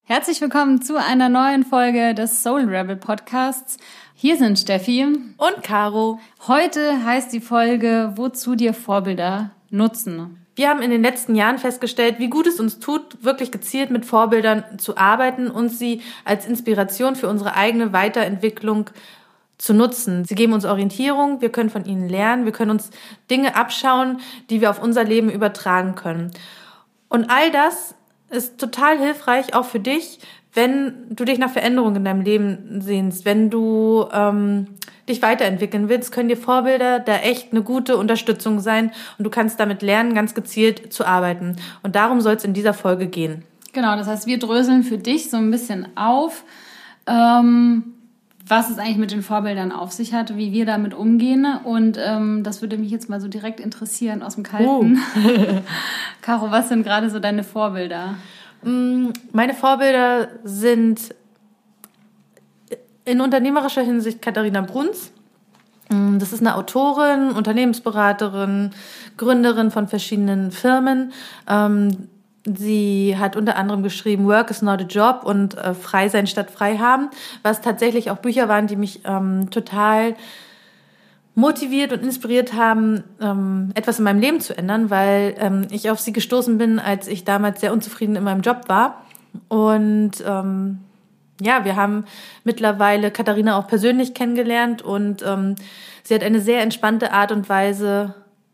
Herzlich willkommen zu einer neuen Folge des Soul Rebel Podcasts. Hier sind Steffi und Caro. Heute heißt die Folge, wozu dir Vorbilder nutzen. Wir haben in den letzten Jahren festgestellt, wie gut es uns tut, wirklich gezielt mit Vorbildern zu arbeiten und sie als Inspiration für unsere eigene Weiterentwicklung zu nutzen. Sie geben uns Orientierung, wir können von ihnen lernen, wir können uns Dinge abschauen, die wir auf unser Leben übertragen können. Und all das ist total hilfreich, auch für dich, wenn du dich nach Veränderungen in deinem Leben sehnst, wenn du dich weiterentwickeln willst, können dir Vorbilder da echt eine gute Unterstützung sein und du kannst damit lernen, ganz gezielt zu arbeiten. Und darum soll es in dieser Folge gehen. Genau, das heißt, wir dröseln für dich so ein bisschen auf, was es eigentlich mit den Vorbildern auf sich hat, wie wir damit umgehen. Und das würde mich jetzt mal so direkt interessieren aus dem Kalten. Caro, was sind gerade so deine Vorbilder? Meine Vorbilder sind in unternehmerischer Hinsicht Katharina Bruns. Das ist eine Autorin, Unternehmensberaterin, Gründerin von verschiedenen Firmen. Sie hat unter anderem geschrieben Work is not a job und Frei sein statt frei haben, was tatsächlich auch Bücher waren, die mich total motiviert und inspiriert haben, etwas in meinem Leben zu ändern, weil ich auf sie gestoßen bin, als ich damals sehr unzufrieden in meinem Job war. Und wir haben mittlerweile Katharina auch persönlich kennengelernt und sie hat eine sehr entspannte Art und Weise,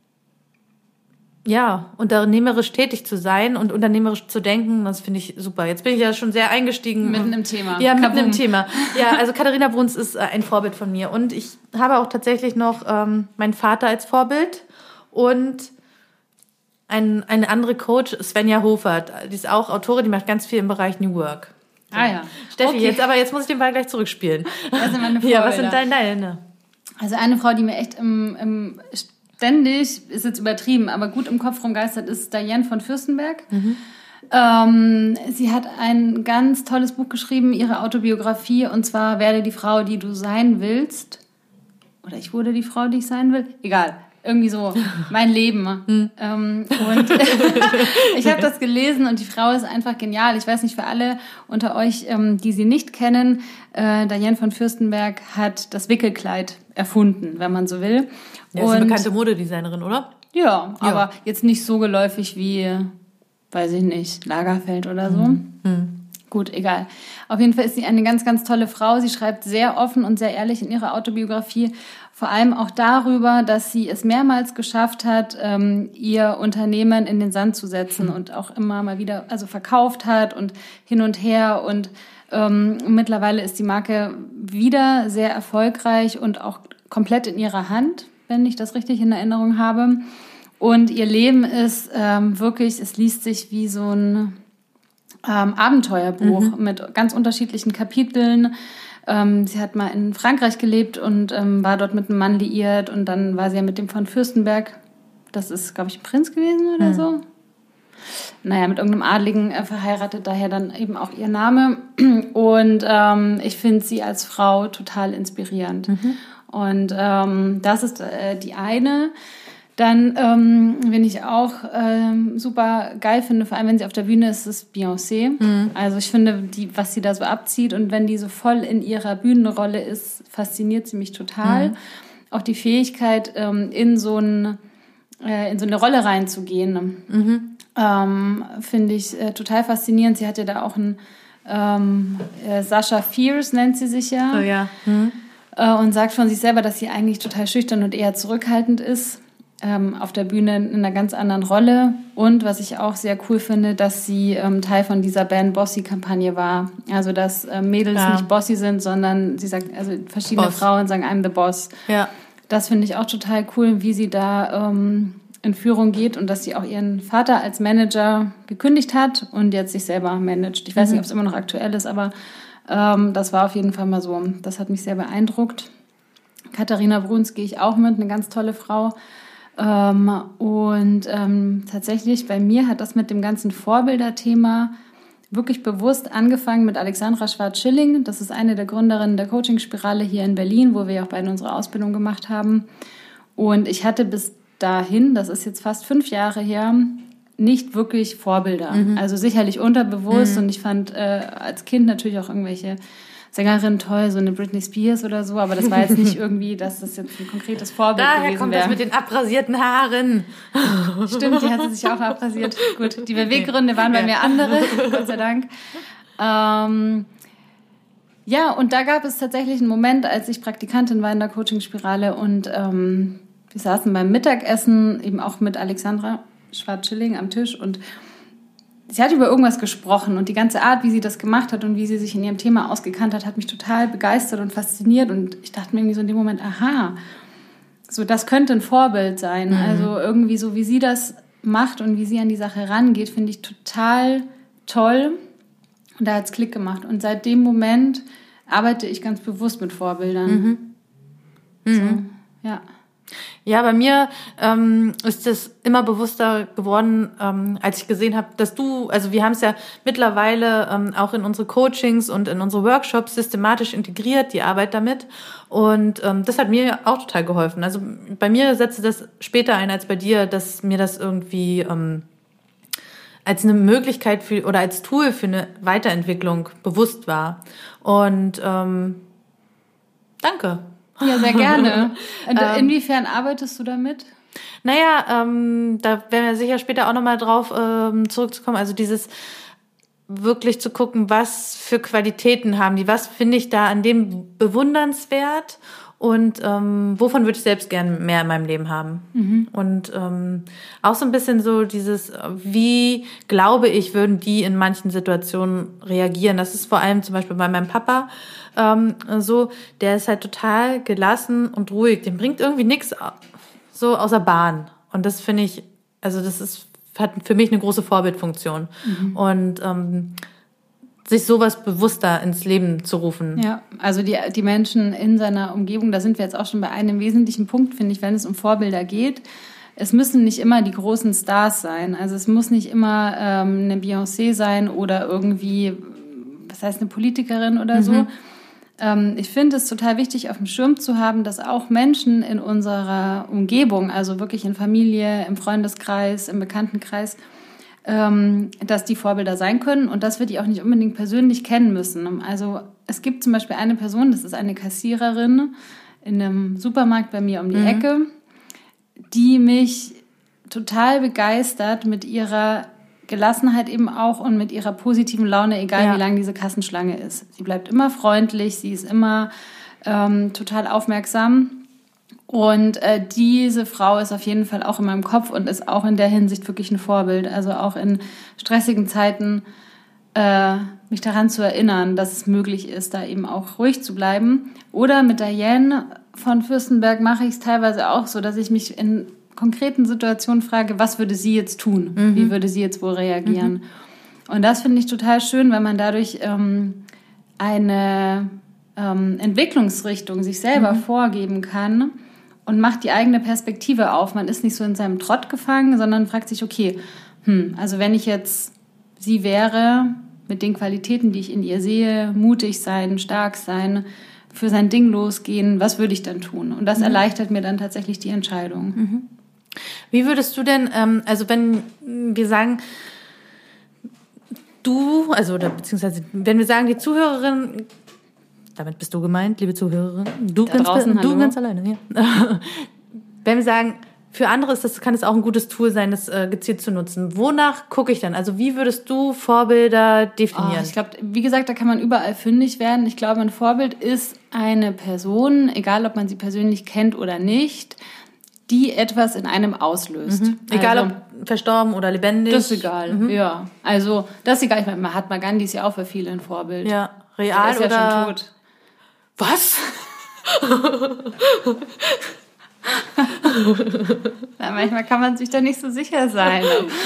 unternehmerisch tätig zu sein und unternehmerisch zu denken, das finde ich super. Jetzt bin ich ja schon sehr eingestiegen. Mitten im Thema. Ja, mitten im Thema. Ja, also Katharina Bruns ist ein Vorbild von mir. Und ich habe auch tatsächlich noch meinen Vater als Vorbild und eine andere Coach, Svenja Hofert. Die ist auch Autorin, die macht ganz viel im Bereich New Work. So. Ah ja. Steffi, okay. Jetzt muss ich den Ball gleich zurückspielen. Das sind meine Vorbilder. Ja, was sind deine? Also eine Frau, die mir echt ständig, ist jetzt übertrieben, aber gut im Kopf rumgeistert, ist Diane von Fürstenberg. Sie hat ein ganz tolles Buch geschrieben, ihre Autobiografie, und zwar Werde die Frau, die du sein willst. Oder ich wurde die Frau, die ich sein will. Egal. Irgendwie so mein Leben. Und ich habe das gelesen und die Frau ist einfach genial. Ich weiß nicht, für alle unter euch, die sie nicht kennen, Diane von Fürstenberg hat das Wickelkleid erfunden, wenn man so will. Ja, ist eine bekannte Modedesignerin, oder? Ja, aber jetzt nicht so geläufig wie, weiß ich nicht, Lagerfeld oder so. Gut, egal. Auf jeden Fall ist sie eine ganz, ganz tolle Frau. Sie schreibt sehr offen und sehr ehrlich in ihrer Autobiografie, vor allem auch darüber, dass sie es mehrmals geschafft hat, ihr Unternehmen in den Sand zu setzen und auch immer mal wieder verkauft hat und hin und her. Und mittlerweile ist die Marke wieder sehr erfolgreich und auch komplett in ihrer Hand, wenn ich das richtig in Erinnerung habe. Und ihr Leben ist wirklich, es liest sich wie so ein Abenteuerbuch mit ganz unterschiedlichen Kapiteln. Sie hat mal in Frankreich gelebt und war dort mit einem Mann liiert und dann war sie ja mit dem von Fürstenberg, das ist, glaube ich, ein Prinz gewesen oder so. Naja, mit irgendeinem Adligen verheiratet, daher dann eben auch ihr Name. Und ich finde sie als Frau total inspirierend. Und das ist die eine. Dann, wen ich auch super geil finde, vor allem wenn sie auf der Bühne ist, ist Beyoncé. Also ich finde, was sie da so abzieht und wenn die so voll in ihrer Bühnenrolle ist, fasziniert sie mich total. Auch die Fähigkeit, in so eine Rolle reinzugehen, finde ich total faszinierend. Sie hat ja da auch einen Sasha Fierce, nennt sie sich ja. Oh ja. Und sagt von sich selber, dass sie eigentlich total schüchtern und eher zurückhaltend ist. Auf der Bühne in einer ganz anderen Rolle. Und was ich auch sehr cool finde, dass sie Teil von dieser Bossy-Kampagne war. Also, dass Mädels nicht bossy sind, sondern sie sagt, also verschiedene Frauen sagen, I'm the boss. Ja. Das finde ich auch total cool, wie sie da in Führung geht und dass sie auch ihren Vater als Manager gekündigt hat und jetzt sich selber managt. Ich weiß nicht, ob es immer noch aktuell ist, aber das war auf jeden Fall mal so. Das hat mich sehr beeindruckt. Katharina Bruns gehe ich auch mit, eine ganz tolle Frau. Tatsächlich bei mir hat das mit dem ganzen Vorbilderthema wirklich bewusst angefangen mit Alexandra Schwarz-Schilling. Das ist eine der Gründerinnen der Coaching-Spirale hier in Berlin, wo wir ja auch beide unsere Ausbildung gemacht haben. Und ich hatte bis dahin, das ist jetzt fast 5 Jahre her, nicht wirklich Vorbilder. Also sicherlich unterbewusst und ich fand als Kind natürlich auch irgendwelche Sängerinnen toll, so eine Britney Spears oder so, aber das war jetzt nicht irgendwie, dass das jetzt ein konkretes Vorbild Daher gewesen kommt wäre. das mit den abrasierten Haaren. Stimmt, die hat sie sich auch abrasiert. Gut, die Beweggründe waren bei mir andere, Gott sei Dank. Ja, und da gab es tatsächlich einen Moment, als ich Praktikantin war in der Coaching-Spirale und wir saßen beim Mittagessen, eben auch mit Alexandra Schwarz-Schilling am Tisch und sie hat über irgendwas gesprochen und die ganze Art, wie sie das gemacht hat und wie sie sich in ihrem Thema ausgekannt hat, hat mich total begeistert und fasziniert und ich dachte mir irgendwie so in dem Moment, aha, so das könnte ein Vorbild sein. Also irgendwie so, wie sie das macht und wie sie an die Sache rangeht, finde ich total toll und da hat es Klick gemacht und seit dem Moment arbeite ich ganz bewusst mit Vorbildern. So, ja. Ja, bei mir ist es immer bewusster geworden, als ich gesehen habe, dass du, also wir haben es ja mittlerweile auch in unsere Coachings und in unsere Workshops systematisch integriert, die Arbeit damit. Und das hat mir auch total geholfen. Also bei mir setzte das später ein als bei dir, dass mir das irgendwie als eine Möglichkeit für oder als Tool für eine Weiterentwicklung bewusst war. Und danke. Ja, sehr gerne. Und inwiefern arbeitest du damit? Naja, da werden wir sicher später auch nochmal drauf zurückzukommen. Also dieses wirklich zu gucken, was für Qualitäten haben die, was finde ich da an dem bewundernswert und wovon würde ich selbst gerne mehr in meinem Leben haben. Und auch so ein bisschen so dieses, wie glaube ich, würden die in manchen Situationen reagieren. Das ist vor allem zum Beispiel bei meinem Papa so, der ist halt total gelassen und ruhig. Dem bringt irgendwie nichts so außer Bahn. Und das finde ich, also hat für mich eine große Vorbildfunktion. Und sich sowas bewusster ins Leben zu rufen. Ja, also die Menschen in seiner Umgebung, da sind wir jetzt auch schon bei einem wesentlichen Punkt, finde ich, wenn es um Vorbilder geht. Es müssen nicht immer die großen Stars sein. Also es muss nicht immer eine Beyoncé sein oder irgendwie, was heißt eine Politikerin oder so. Ich finde es total wichtig, auf dem Schirm zu haben, dass auch Menschen in unserer Umgebung, also wirklich in Familie, im Freundeskreis, im Bekanntenkreis, dass die Vorbilder sein können und dass wir die auch nicht unbedingt persönlich kennen müssen. Also es gibt zum Beispiel eine Person, das ist eine Kassiererin in einem Supermarkt bei mir um die Ecke, die mich total begeistert mit ihrer Gelassenheit eben auch und mit ihrer positiven Laune, egal wie lang diese Kassenschlange ist. Sie bleibt immer freundlich, sie ist immer total aufmerksam und diese Frau ist auf jeden Fall auch in meinem Kopf und ist auch in der Hinsicht wirklich ein Vorbild. Also auch in stressigen Zeiten mich daran zu erinnern, dass es möglich ist, da eben auch ruhig zu bleiben. Oder mit Diane von Fürstenberg mache ich es teilweise auch so, dass ich mich in konkreten Situationen frage, was würde sie jetzt tun? Wie würde sie jetzt wohl reagieren? Und das finde ich total schön, wenn man dadurch eine Entwicklungsrichtung sich selber vorgeben kann und macht die eigene Perspektive auf. Man ist nicht so in seinem Trott gefangen, sondern fragt sich, okay, also wenn ich jetzt sie wäre, mit den Qualitäten, die ich in ihr sehe, mutig sein, stark sein, für sein Ding losgehen, was würde ich dann tun? Und das erleichtert mir dann tatsächlich die Entscheidung. Wie würdest du denn, also wenn wir sagen, oder beziehungsweise wenn wir sagen, die Zuhörerin, damit bist du gemeint, liebe Zuhörerin, du ganz alleine, ja. Wenn wir sagen, für andere kann es auch ein gutes Tool sein, das gezielt zu nutzen. Wonach gucke ich dann? Also wie würdest du Vorbilder definieren? Ich glaube, wie gesagt, da kann man überall fündig werden. Ich glaube, ein Vorbild ist eine Person, egal ob man sie persönlich kennt oder nicht, die etwas in einem auslöst. Egal ob verstorben oder lebendig. Das ist egal, ja. Also das ist egal. Ich meine, Mahatma Gandhi ist ja auch für viele ein Vorbild. Ja, real Der ist oder... ja schon tot. Was? Ja, manchmal kann man sich da nicht so sicher sein.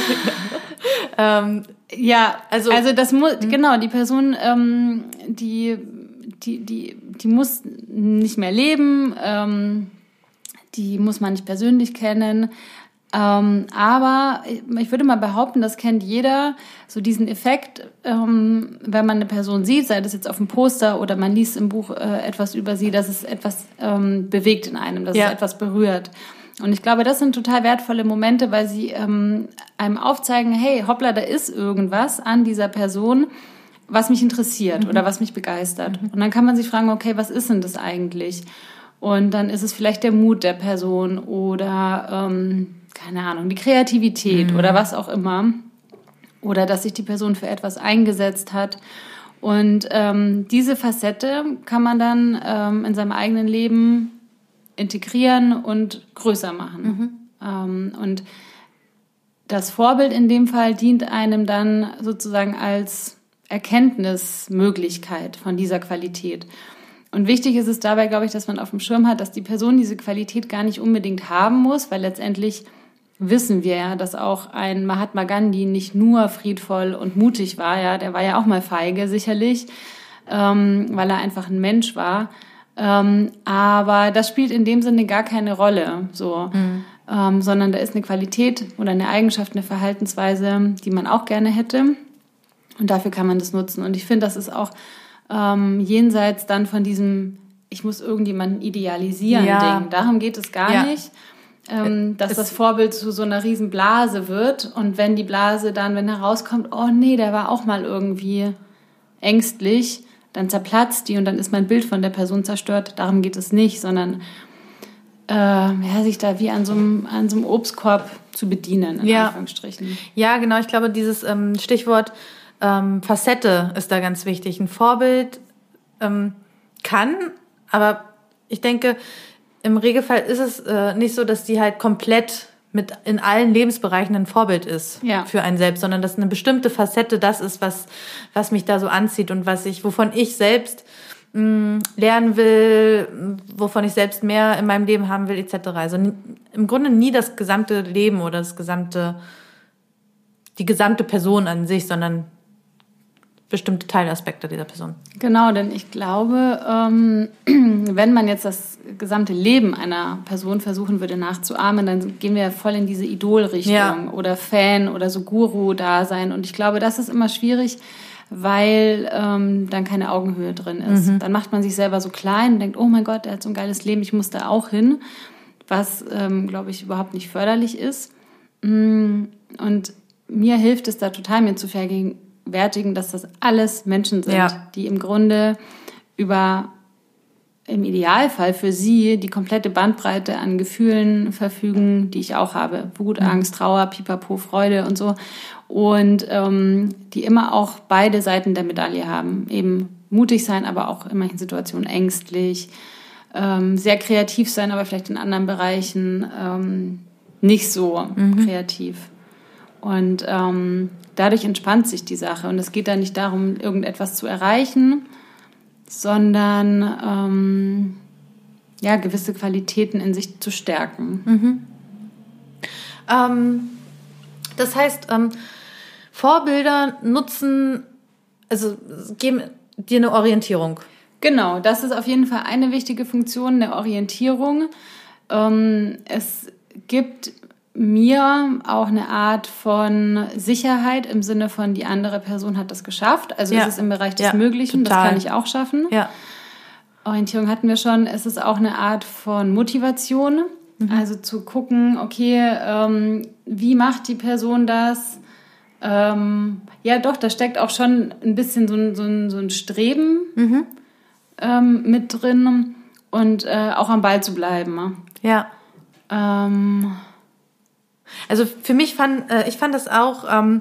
Ja, also das muss, genau, die Person, die muss nicht mehr leben, die muss man nicht persönlich kennen. Aber ich würde mal behaupten, das kennt jeder, so diesen Effekt, wenn man eine Person sieht, sei das jetzt auf dem Poster oder man liest im Buch etwas über sie, dass es etwas bewegt in einem, dass es etwas berührt. Und ich glaube, das sind total wertvolle Momente, weil sie einem aufzeigen, hey, hoppla, da ist irgendwas an dieser Person, was mich interessiert oder was mich begeistert. Und dann kann man sich fragen, okay, was ist denn das eigentlich? Und dann ist es vielleicht der Mut der Person oder, keine Ahnung, die Kreativität oder was auch immer. Oder dass sich die Person für etwas eingesetzt hat. Und diese Facette kann man dann in seinem eigenen Leben integrieren und größer machen. Und das Vorbild in dem Fall dient einem dann sozusagen als Erkenntnismöglichkeit von dieser Qualität. Und wichtig ist es dabei, glaube ich, dass man auf dem Schirm hat, dass die Person diese Qualität gar nicht unbedingt haben muss, weil letztendlich wissen wir ja, dass auch ein Mahatma Gandhi nicht nur friedvoll und mutig war, ja, der war ja auch mal feige, sicherlich, weil er einfach ein Mensch war. Aber das spielt in dem Sinne gar keine Rolle, so, sondern da ist eine Qualität oder eine Eigenschaft, eine Verhaltensweise, die man auch gerne hätte. Und dafür kann man das nutzen. Und ich finde, das ist auch jenseits dann von diesem, ich muss irgendjemanden idealisieren Ding. Darum geht es gar nicht. Dass das Vorbild zu so einer riesen Blase wird und wenn die Blase dann, wenn herauskommt, oh nee, der war auch mal irgendwie ängstlich, dann zerplatzt die und dann ist mein Bild von der Person zerstört. Darum geht es nicht, sondern sich da wie an so einem Obstkorb zu bedienen, in Anführungsstrichen. Ja, genau, ich glaube, dieses Stichwort Facette ist da ganz wichtig. Ein Vorbild kann, aber ich denke, im Regelfall ist es nicht so, dass die halt komplett mit in allen Lebensbereichen ein Vorbild ist für einen selbst, sondern dass eine bestimmte Facette das ist, was mich da so anzieht und wovon ich selbst lernen will, wovon ich selbst mehr in meinem Leben haben will, etc. Also im Grunde nie das gesamte Leben oder die gesamte Person an sich, sondern bestimmte Teilaspekte dieser Person. Genau, denn ich glaube, wenn man jetzt das gesamte Leben einer Person versuchen würde nachzuahmen, dann gehen wir voll in diese Idolrichtung oder Fan oder so Guru-Dasein. Und ich glaube, das ist immer schwierig, weil dann keine Augenhöhe drin ist. Dann macht man sich selber so klein und denkt, oh mein Gott, der hat so ein geiles Leben, ich muss da auch hin, was, glaube ich, überhaupt nicht förderlich ist. Und mir hilft es da total, mir zu vergegenwärtigen, dass das alles Menschen sind, die im Grunde im Idealfall für sie die komplette Bandbreite an Gefühlen verfügen, die ich auch habe. Wut, Angst, Trauer, Pipapo, Freude und so. Und die immer auch beide Seiten der Medaille haben. Eben mutig sein, aber auch in manchen Situationen ängstlich. Sehr kreativ sein, aber vielleicht in anderen Bereichen nicht so kreativ. Und dadurch entspannt sich die Sache. Und es geht da nicht darum, irgendetwas zu erreichen, sondern gewisse Qualitäten in sich zu stärken. Das heißt, Vorbilder geben dir eine Orientierung. Genau, das ist auf jeden Fall eine wichtige Funktion, eine Orientierung. Es gibt mir auch eine Art von Sicherheit im Sinne von, die andere Person hat das geschafft. Also ist es im Bereich des Möglichen, total. Das kann ich auch schaffen. Ja. Orientierung hatten wir schon. Es ist auch eine Art von Motivation. Also zu gucken, okay, wie macht die Person das? Da steckt auch schon ein bisschen so ein Streben mit drin und auch am Ball zu bleiben. Ja. Also für mich ich fand das auch,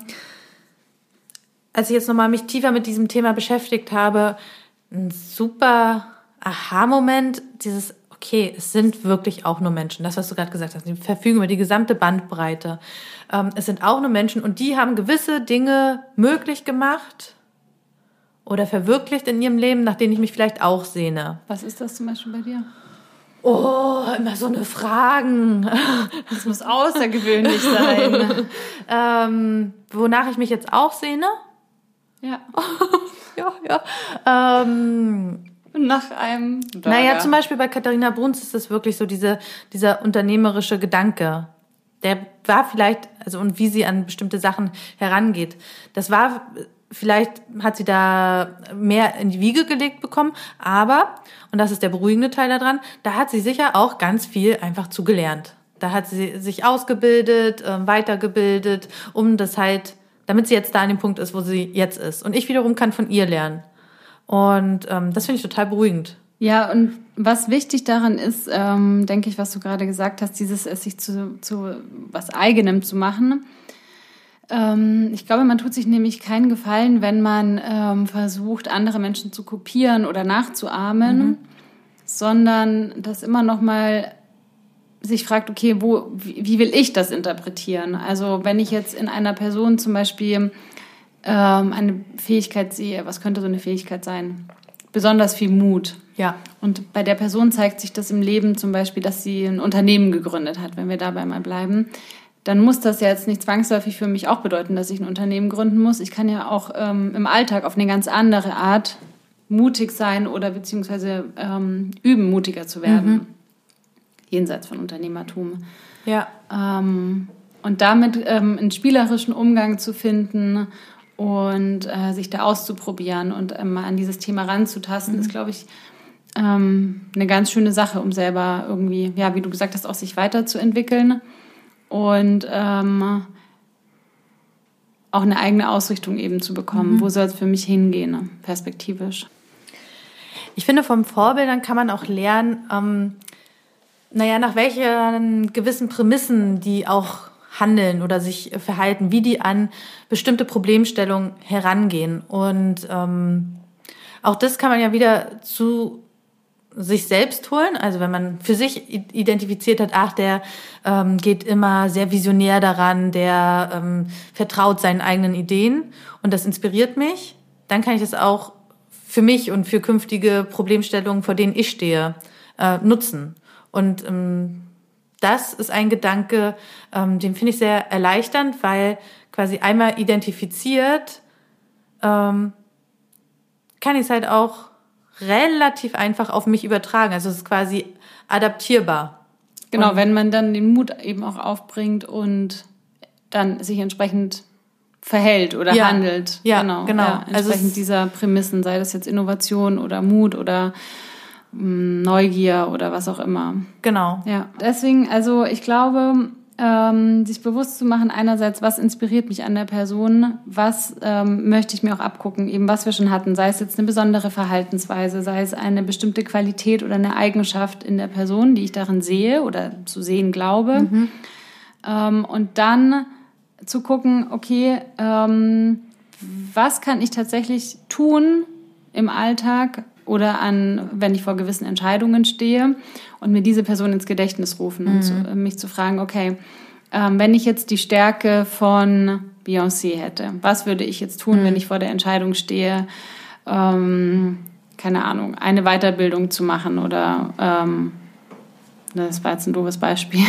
als ich jetzt nochmal mich tiefer mit diesem Thema beschäftigt habe, ein super Aha-Moment, okay, es sind wirklich auch nur Menschen, das, was du gerade gesagt hast, die verfügen über die gesamte Bandbreite. Es sind auch nur Menschen und die haben gewisse Dinge möglich gemacht oder verwirklicht in ihrem Leben, nach denen ich mich vielleicht auch sehne. Was ist das zum Beispiel bei dir? Oh, immer so eine Fragen. Das muss außergewöhnlich sein. Wonach ich mich jetzt auch sehne? Ja. Nach einem Burger. Naja, zum Beispiel bei Katharina Bruns ist das wirklich so dieser unternehmerische Gedanke. Der war vielleicht, und wie sie an bestimmte Sachen herangeht. Das war, vielleicht hat sie da mehr in die Wiege gelegt bekommen, aber, und das ist der beruhigende Teil daran, da hat sie sicher auch ganz viel einfach zugelernt. Da hat sie sich ausgebildet, weitergebildet, damit sie jetzt da an dem Punkt ist, wo sie jetzt ist. Und ich wiederum kann von ihr lernen. Und das finde ich total beruhigend. Ja, und was wichtig daran ist, denke ich, was du gerade gesagt hast, dieses es sich zu was Eigenem zu machen. Ich glaube, man tut sich nämlich keinen Gefallen, wenn man versucht, andere Menschen zu kopieren oder nachzuahmen, sondern das immer noch mal sich fragt, okay, wie will ich das interpretieren? Also wenn ich jetzt in einer Person zum Beispiel eine Fähigkeit sehe, was könnte so eine Fähigkeit sein? Besonders viel Mut. Ja. Und bei der Person zeigt sich das im Leben zum Beispiel, dass sie ein Unternehmen gegründet hat, wenn wir dabei mal bleiben. Dann muss das ja jetzt nicht zwangsläufig für mich auch bedeuten, dass ich ein Unternehmen gründen muss. Ich kann ja auch im Alltag auf eine ganz andere Art mutig sein oder beziehungsweise üben, mutiger zu werden. Jenseits von Unternehmertum. Ja. Und damit einen spielerischen Umgang zu finden und sich da auszuprobieren und mal an dieses Thema ranzutasten, ist, glaube ich, eine ganz schöne Sache, um selber irgendwie, ja, wie du gesagt hast, auch sich weiterzuentwickeln und auch eine eigene Ausrichtung eben zu bekommen. Wo soll es für mich hingehen, perspektivisch? Ich finde, von Vorbildern kann man auch lernen, nach welchen gewissen Prämissen die auch handeln oder sich verhalten, wie die an bestimmte Problemstellungen herangehen. Und auch das kann man ja wieder zu sich selbst holen. Also wenn man für sich identifiziert hat, der geht immer sehr visionär daran, der vertraut seinen eigenen Ideen und das inspiriert mich, dann kann ich das auch für mich und für künftige Problemstellungen, vor denen ich stehe, nutzen. Und das ist ein Gedanke, den finde ich sehr erleichternd, weil quasi einmal identifiziert, kann ich es halt auch relativ einfach auf mich übertragen. Also es ist quasi adaptierbar. Genau, und wenn man dann den Mut eben auch aufbringt und dann sich entsprechend verhält oder handelt. Ja, genau. Ja, entsprechend also dieser Prämissen, sei das jetzt Innovation oder Mut oder Neugier oder was auch immer. Genau. Ja, deswegen, also ich glaube, sich bewusst zu machen, einerseits, was inspiriert mich an der Person, was möchte ich mir auch abgucken, eben was wir schon hatten, sei es jetzt eine besondere Verhaltensweise, sei es eine bestimmte Qualität oder eine Eigenschaft in der Person, die ich darin sehe oder zu sehen glaube. Und dann zu gucken, okay, was kann ich tatsächlich tun im Alltag oder wenn ich vor gewissen Entscheidungen stehe und mir diese Person ins Gedächtnis rufen und mich zu fragen, okay, wenn ich jetzt die Stärke von Beyoncé hätte, was würde ich jetzt tun, wenn ich vor der Entscheidung stehe, keine Ahnung, eine Weiterbildung zu machen oder, das war jetzt ein doofes Beispiel.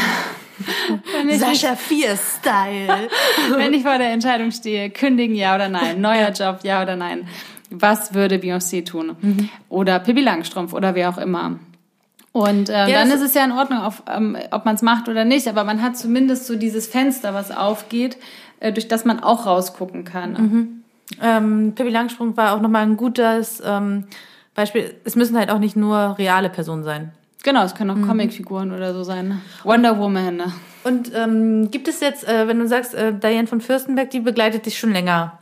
Sascha Fierce-Style. Wenn ich vor der Entscheidung stehe, kündigen, ja oder nein, neuer Job, ja oder nein. Was würde Beyoncé tun? Oder Pippi Langstrumpf oder wer auch immer. Und dann ist es ja in Ordnung, ob man es macht oder nicht, aber man hat zumindest so dieses Fenster, was aufgeht, durch das man auch rausgucken kann. Pippi Langstrumpf war auch nochmal ein gutes Beispiel. Es müssen halt auch nicht nur reale Personen sein. Genau, es können auch Comicfiguren oder so sein. Wonder Woman. Und gibt es jetzt, wenn du sagst, Diane von Fürstenberg, die begleitet dich schon länger.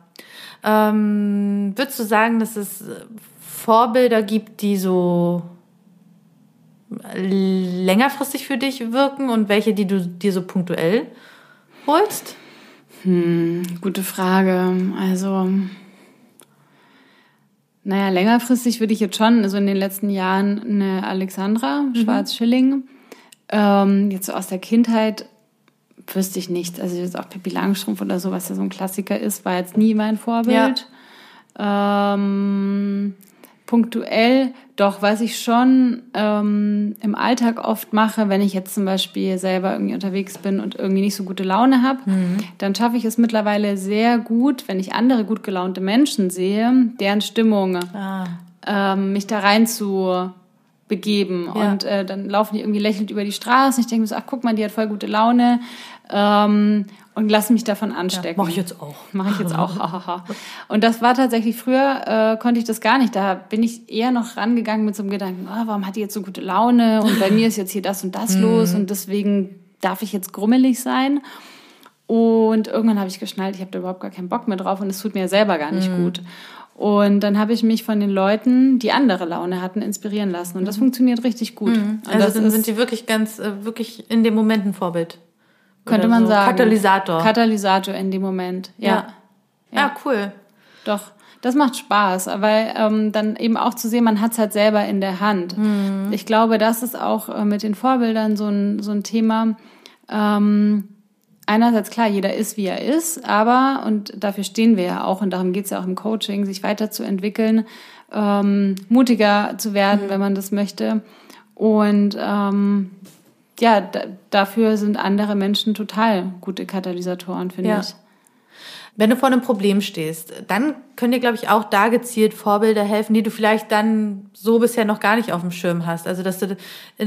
Würdest du sagen, dass es Vorbilder gibt, die so längerfristig für dich wirken und welche, die du dir so punktuell holst? Gute Frage. Also, längerfristig würde ich jetzt schon, also in den letzten Jahren eine Alexandra Schwarz-Schilling, jetzt so aus der Kindheit wüsste ich nicht. Also jetzt auch Pippi Langstrumpf oder so, was ja so ein Klassiker ist, war jetzt nie mein Vorbild. Ja. Punktuell, doch, was ich schon im Alltag oft mache, wenn ich jetzt zum Beispiel selber irgendwie unterwegs bin und irgendwie nicht so gute Laune habe, dann schaffe ich es mittlerweile sehr gut, wenn ich andere gut gelaunte Menschen sehe, deren Stimmung mich da rein zu begeben. Ja. Und dann laufen die irgendwie lächelnd über die Straße und ich denke mir so, ach guck mal, die hat voll gute Laune und lasse mich davon anstecken. Ja, mache ich jetzt auch. Und das war tatsächlich, früher konnte ich das gar nicht. Da bin ich eher noch rangegangen mit so einem Gedanken, warum hat die jetzt so gute Laune und bei mir ist jetzt hier das und das los und deswegen darf ich jetzt grummelig sein? Und irgendwann habe ich geschnallt, ich habe da überhaupt gar keinen Bock mehr drauf und es tut mir selber gar nicht gut. Und dann habe ich mich von den Leuten, die andere Laune hatten, inspirieren lassen. Und das funktioniert richtig gut. Also dann sind die wirklich wirklich in dem Moment ein Vorbild. Könnte man sagen. Katalysator. Katalysator in dem Moment, ja. Ja, cool. Doch, das macht Spaß, weil dann eben auch zu sehen, man hat es halt selber in der Hand. Ich glaube, das ist auch mit den Vorbildern so ein Thema. Einerseits, klar, jeder ist, wie er ist, aber, und dafür stehen wir ja auch, und darum geht es ja auch im Coaching, sich weiterzuentwickeln, mutiger zu werden, wenn man das möchte. Und dafür sind andere Menschen total gute Katalysatoren, finde ich. Wenn du vor einem Problem stehst, dann können dir, glaube ich, auch da gezielt Vorbilder helfen, die du vielleicht dann so bisher noch gar nicht auf dem Schirm hast. Also, dass du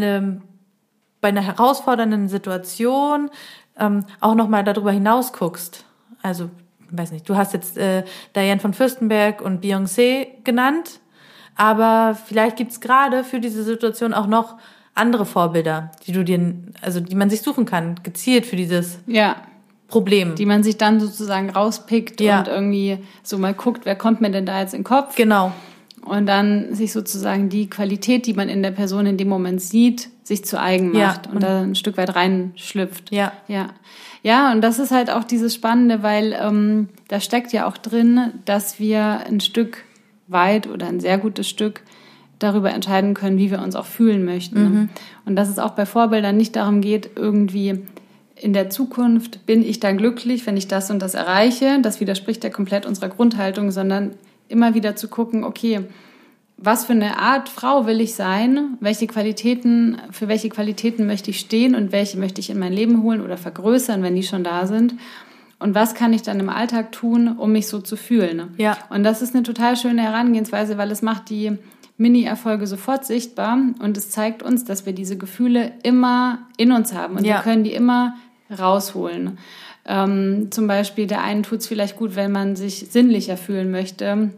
bei einer herausfordernden Situation auch nochmal darüber hinaus guckst. Also, ich weiß nicht, du hast jetzt Diane von Fürstenberg und Beyoncé genannt, aber vielleicht gibt's gerade für diese Situation auch noch andere Vorbilder, die man sich suchen kann, gezielt für dieses Problem. Die man sich dann sozusagen rauspickt und irgendwie so mal guckt, wer kommt mir denn da jetzt in den Kopf? Genau. Und dann sich sozusagen die Qualität, die man in der Person in dem Moment sieht, sich zu eigen macht und da ein Stück weit reinschlüpft. Ja, und das ist halt auch dieses Spannende, weil da steckt ja auch drin, dass wir ein Stück weit oder ein sehr gutes Stück darüber entscheiden können, wie wir uns auch fühlen möchten. Und dass es auch bei Vorbildern nicht darum geht, irgendwie in der Zukunft bin ich dann glücklich, wenn ich das und das erreiche. Das widerspricht ja komplett unserer Grundhaltung, sondern immer wieder zu gucken, okay, was für eine Art Frau will ich sein? Für welche Qualitäten möchte ich stehen und welche möchte ich in mein Leben holen oder vergrößern, wenn die schon da sind? Und was kann ich dann im Alltag tun, um mich so zu fühlen? Ja. Und das ist eine total schöne Herangehensweise, weil es macht die Mini-Erfolge sofort sichtbar und es zeigt uns, dass wir diese Gefühle immer in uns haben und wir können die immer rausholen. Zum Beispiel, der einen tut es vielleicht gut, wenn man sich sinnlicher fühlen möchte,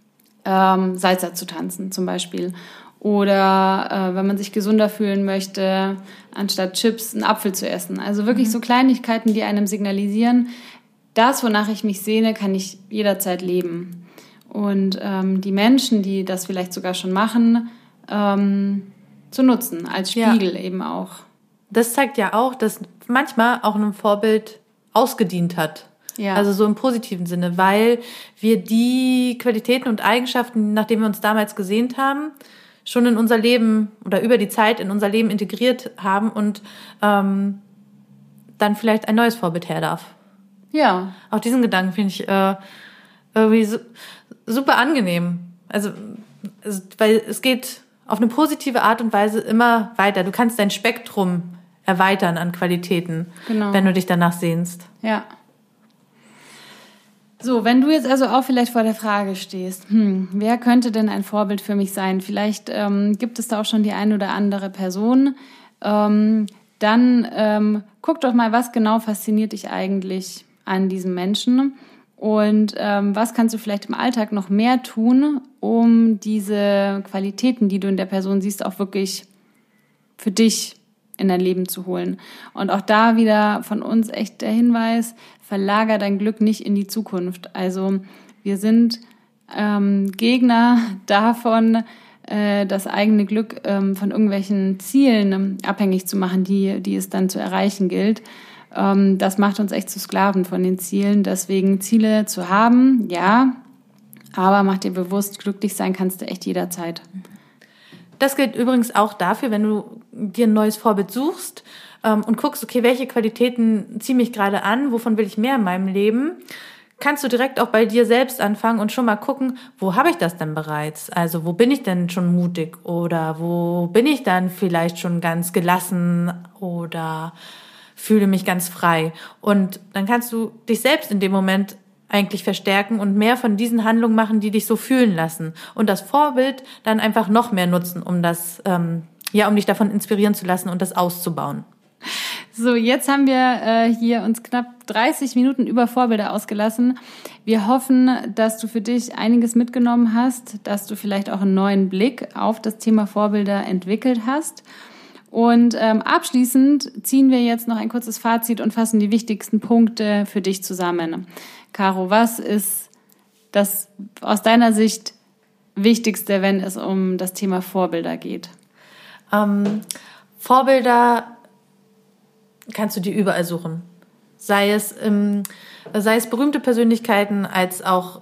Salsa zu tanzen zum Beispiel. Oder wenn man sich gesunder fühlen möchte, anstatt Chips einen Apfel zu essen. Also wirklich so Kleinigkeiten, die einem signalisieren, das, wonach ich mich sehne, kann ich jederzeit leben. Und die Menschen, die das vielleicht sogar schon machen, zu nutzen, als Spiegel eben auch. Das zeigt ja auch, dass manchmal auch ein Vorbild ausgedient hat. Ja. Also so im positiven Sinne, weil wir die Qualitäten und Eigenschaften, nachdem wir uns damals gesehnt haben, schon in unser Leben oder über die Zeit in unser Leben integriert haben und dann vielleicht ein neues Vorbild her darf. Ja. Auch diesen Gedanken finde ich irgendwie super angenehm. Also, weil es geht auf eine positive Art und Weise immer weiter. Du kannst dein Spektrum erweitern an Qualitäten, wenn du dich danach sehnst. Ja. So, wenn du jetzt also auch vielleicht vor der Frage stehst, wer könnte denn ein Vorbild für mich sein? Vielleicht gibt es da auch schon die eine oder andere Person. Dann guck doch mal, was genau fasziniert dich eigentlich an diesem Menschen? Und was kannst du vielleicht im Alltag noch mehr tun, um diese Qualitäten, die du in der Person siehst, auch wirklich für dich in dein Leben zu holen? Und auch da wieder von uns echt der Hinweis, verlager dein Glück nicht in die Zukunft. Also wir sind Gegner davon, das eigene Glück von irgendwelchen Zielen abhängig zu machen, die es dann zu erreichen gilt. Das macht uns echt zu Sklaven von den Zielen. Deswegen Ziele zu haben, ja, aber mach dir bewusst, glücklich sein kannst du echt jederzeit. Das gilt übrigens auch dafür, wenn du dir ein neues Vorbild suchst und guckst, okay, welche Qualitäten ziehen mich gerade an, wovon will ich mehr in meinem Leben, kannst du direkt auch bei dir selbst anfangen und schon mal gucken, wo habe ich das denn bereits? Also wo bin ich denn schon mutig oder wo bin ich dann vielleicht schon ganz gelassen oder fühle mich ganz frei. Und dann kannst du dich selbst in dem Moment eigentlich verstärken und mehr von diesen Handlungen machen, die dich so fühlen lassen. Und das Vorbild dann einfach noch mehr nutzen, um das, um dich davon inspirieren zu lassen und das auszubauen. So, jetzt haben wir hier uns knapp 30 Minuten über Vorbilder ausgelassen. Wir hoffen, dass du für dich einiges mitgenommen hast, dass du vielleicht auch einen neuen Blick auf das Thema Vorbilder entwickelt hast. Und abschließend ziehen wir jetzt noch ein kurzes Fazit und fassen die wichtigsten Punkte für dich zusammen. Caro, was ist das aus deiner Sicht Wichtigste, wenn es um das Thema Vorbilder geht? Vorbilder kannst du dir überall suchen. Sei es berühmte Persönlichkeiten, als auch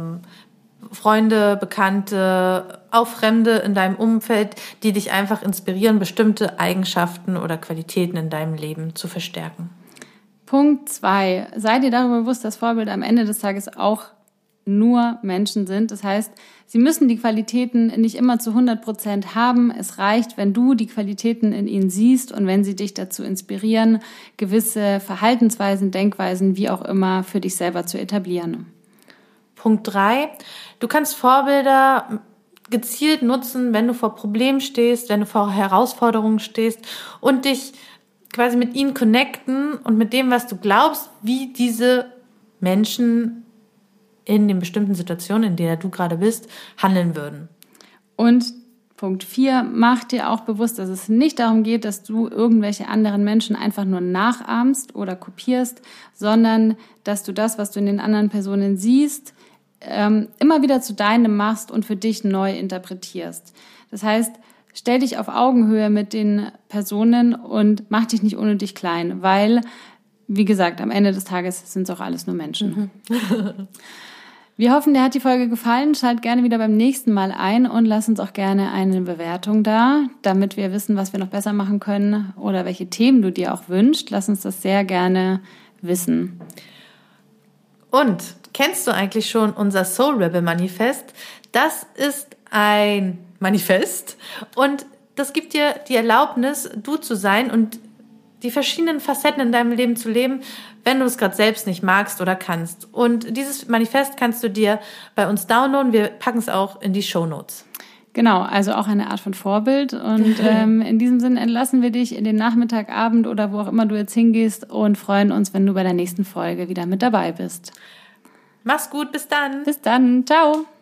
Freunde, Bekannte, auch Fremde in deinem Umfeld, die dich einfach inspirieren, bestimmte Eigenschaften oder Qualitäten in deinem Leben zu verstärken. Punkt 2. Sei dir darüber bewusst, dass Vorbilder am Ende des Tages auch nur Menschen sind. Das heißt, sie müssen die Qualitäten nicht immer zu 100% haben. Es reicht, wenn du die Qualitäten in ihnen siehst und wenn sie dich dazu inspirieren, gewisse Verhaltensweisen, Denkweisen, wie auch immer, für dich selber zu etablieren. Punkt 3. Du kannst Vorbilder gezielt nutzen, wenn du vor Problemen stehst, wenn du vor Herausforderungen stehst und dich quasi mit ihnen connecten und mit dem, was du glaubst, wie diese Menschen in den bestimmten Situationen, in der du gerade bist, handeln würden. Und Punkt 4, mach dir auch bewusst, dass es nicht darum geht, dass du irgendwelche anderen Menschen einfach nur nachahmst oder kopierst, sondern dass du das, was du in den anderen Personen siehst, immer wieder zu deinem machst und für dich neu interpretierst. Das heißt, stell dich auf Augenhöhe mit den Personen und mach dich nicht unnötig klein, weil, wie gesagt, am Ende des Tages sind es auch alles nur Menschen. Wir hoffen, dir hat die Folge gefallen. Schalt gerne wieder beim nächsten Mal ein und lass uns auch gerne eine Bewertung da, damit wir wissen, was wir noch besser machen können oder welche Themen du dir auch wünschst. Lass uns das sehr gerne wissen. Und kennst du eigentlich schon unser Soul Rebel Manifest? Das ist ein Manifest und das gibt dir die Erlaubnis, du zu sein und die verschiedenen Facetten in deinem Leben zu leben, wenn du es gerade selbst nicht magst oder kannst. Und dieses Manifest kannst du dir bei uns downloaden. Wir packen es auch in die Shownotes. Genau, also auch eine Art von Vorbild. Und in diesem Sinne entlassen wir dich in den Nachmittag, Abend oder wo auch immer du jetzt hingehst und freuen uns, wenn du bei der nächsten Folge wieder mit dabei bist. Mach's gut, bis dann. Bis dann, ciao.